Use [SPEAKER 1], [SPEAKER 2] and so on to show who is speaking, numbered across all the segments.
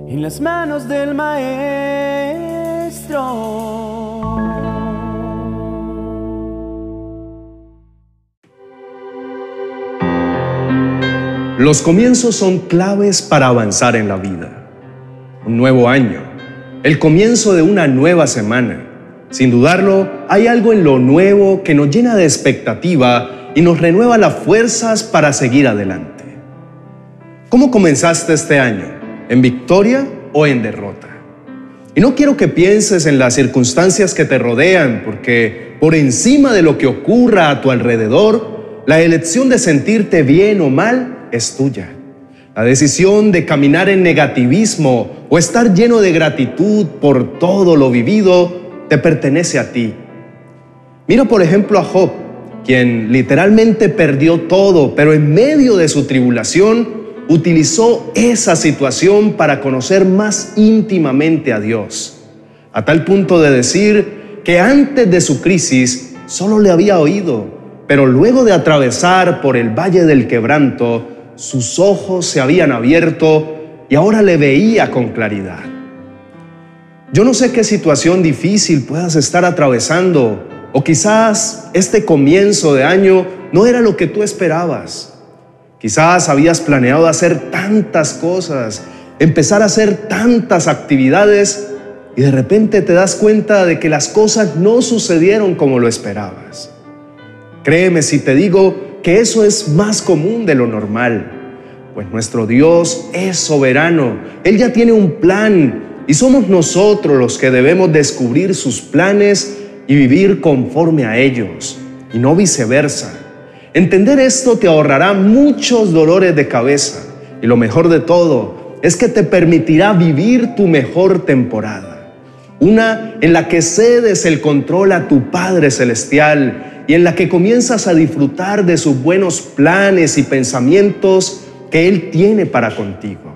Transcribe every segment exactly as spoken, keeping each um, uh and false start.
[SPEAKER 1] en las manos del Maestro.
[SPEAKER 2] Los comienzos son claves para avanzar en la vida. Un nuevo año, el comienzo de una nueva semana. Sin dudarlo, hay algo en lo nuevo que nos llena de expectativa y nos renueva las fuerzas para seguir adelante. ¿Cómo comenzaste este año? ¿En victoria o en derrota? Y no quiero que pienses en las circunstancias que te rodean, porque por encima de lo que ocurra a tu alrededor, la elección de sentirte bien o mal es tuya. La decisión de caminar en negativismo o estar lleno de gratitud por todo lo vivido te pertenece a ti. Mira por ejemplo a Job, quien literalmente perdió todo, pero en medio de su tribulación utilizó esa situación para conocer más íntimamente a Dios, a tal punto de decir que antes de su crisis solo le había oído, pero luego de atravesar por el valle del quebranto, sus ojos se habían abierto y ahora le veía con claridad. Yo no sé qué situación difícil puedas estar atravesando, o quizás este comienzo de año no era lo que tú esperabas. Quizás habías planeado hacer tantas cosas, empezar a hacer tantas actividades y de repente te das cuenta de que las cosas no sucedieron como lo esperabas. Créeme si te digo que eso es más común de lo normal, pues nuestro Dios es soberano. Él ya tiene un plan y somos nosotros los que debemos descubrir sus planes y vivir conforme a ellos, y no viceversa. Entender esto te ahorrará muchos dolores de cabeza y lo mejor de todo es que te permitirá vivir tu mejor temporada. Una en la que cedes el control a tu Padre Celestial y en la que comienzas a disfrutar de sus buenos planes y pensamientos que Él tiene para contigo.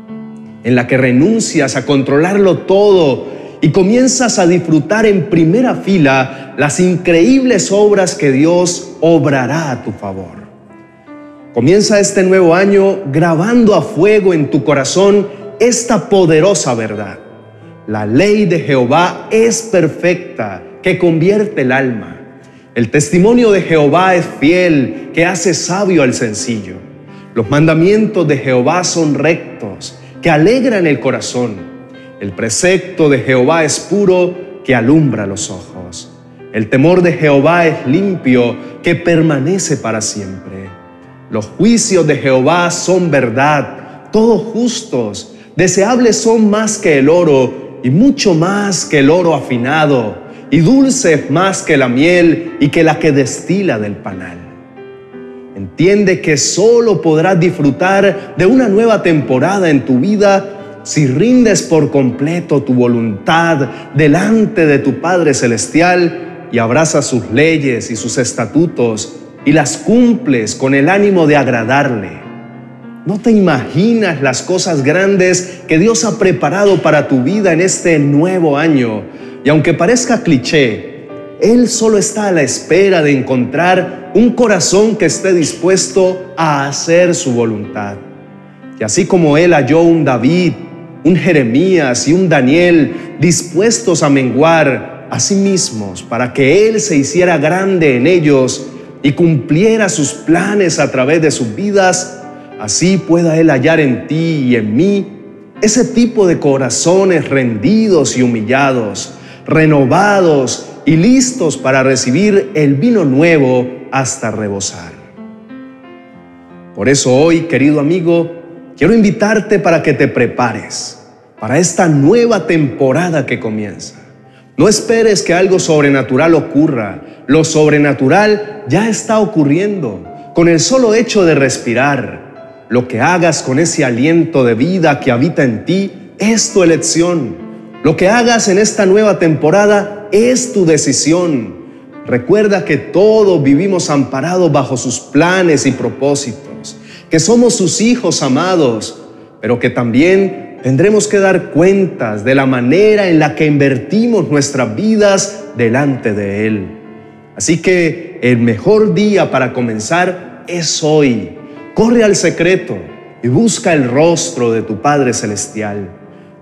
[SPEAKER 2] En la que renuncias a controlarlo todo y comienzas a disfrutar en primera fila las increíbles obras que Dios obrará a tu favor. Comienza este nuevo año grabando a fuego en tu corazón esta poderosa verdad. La ley de Jehová es perfecta, que convierte el alma. El testimonio de Jehová es fiel, que hace sabio al sencillo. Los mandamientos de Jehová son rectos, que alegran el corazón. El precepto de Jehová es puro, que alumbra los ojos. El temor de Jehová es limpio, que permanece para siempre. Los juicios de Jehová son verdad, todos justos. Deseables son más que el oro, y mucho más que el oro afinado, y dulces más que la miel y que la que destila del panal. Entiende que solo podrás disfrutar de una nueva temporada en tu vida si rindes por completo tu voluntad delante de tu Padre Celestial y abrazas sus leyes y sus estatutos y las cumples con el ánimo de agradarle. No te imaginas las cosas grandes que Dios ha preparado para tu vida en este nuevo año. Y aunque parezca cliché, Él solo está a la espera de encontrar un corazón que esté dispuesto a hacer su voluntad. Y así como Él halló un David, un Jeremías y un Daniel dispuestos a menguar a sí mismos para que Él se hiciera grande en ellos y cumpliera sus planes a través de sus vidas, así pueda Él hallar en ti y en mí ese tipo de corazones rendidos y humillados, renovados y listos para recibir el vino nuevo hasta rebosar. Por eso hoy, querido amigo, quiero invitarte para que te prepares para esta nueva temporada que comienza. No esperes que algo sobrenatural ocurra. Lo sobrenatural ya está ocurriendo con el solo hecho de respirar. Lo que hagas con ese aliento de vida que habita en ti es tu elección. Lo que hagas en esta nueva temporada es tu decisión. Recuerda que todos vivimos amparados bajo sus planes y propósitos, que somos sus hijos amados, pero que también tendremos que dar cuentas de la manera en la que invertimos nuestras vidas delante de Él. Así que el mejor día para comenzar es hoy. Corre al secreto y busca el rostro de tu Padre Celestial.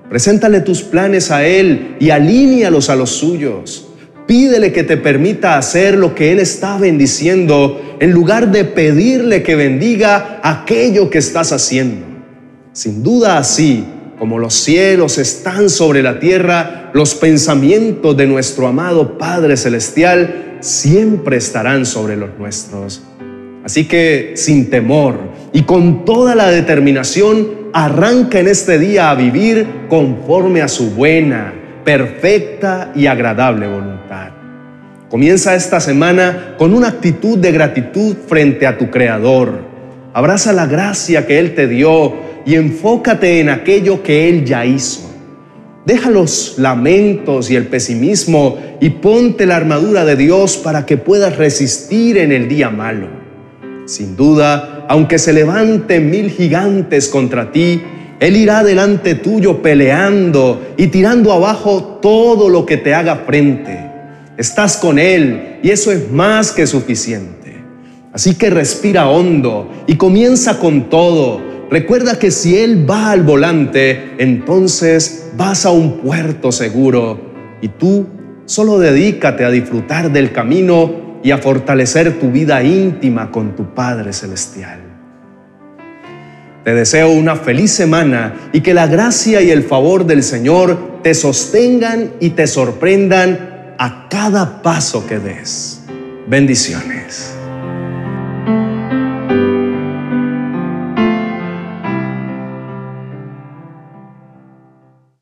[SPEAKER 2] Preséntale tus planes a Él y alínealos a los suyos. Pídele que te permita hacer lo que Él está bendiciendo en lugar de pedirle que bendiga aquello que estás haciendo. Sin duda, así como los cielos están sobre la tierra, los pensamientos de nuestro amado Padre Celestial siempre estarán sobre los nuestros. Así que, sin temor y con toda la determinación, arranca en este día a vivir conforme a su buena, perfecta y agradable voluntad. Comienza esta semana con una actitud de gratitud frente a tu Creador. Abraza la gracia que Él te dio y enfócate en aquello que Él ya hizo. Deja los lamentos y el pesimismo y ponte la armadura de Dios para que puedas resistir en el día malo. Sin duda, aunque se levanten mil gigantes contra ti, Él irá delante tuyo peleando y tirando abajo todo lo que te haga frente. Estás con Él y eso es más que suficiente. Así que respira hondo y comienza con todo. Recuerda que si Él va al volante, entonces vas a un puerto seguro y tú solo dedícate a disfrutar del camino y a fortalecer tu vida íntima con tu Padre Celestial. Te deseo una feliz semana y que la gracia y el favor del Señor te sostengan y te sorprendan a cada paso que des. Bendiciones.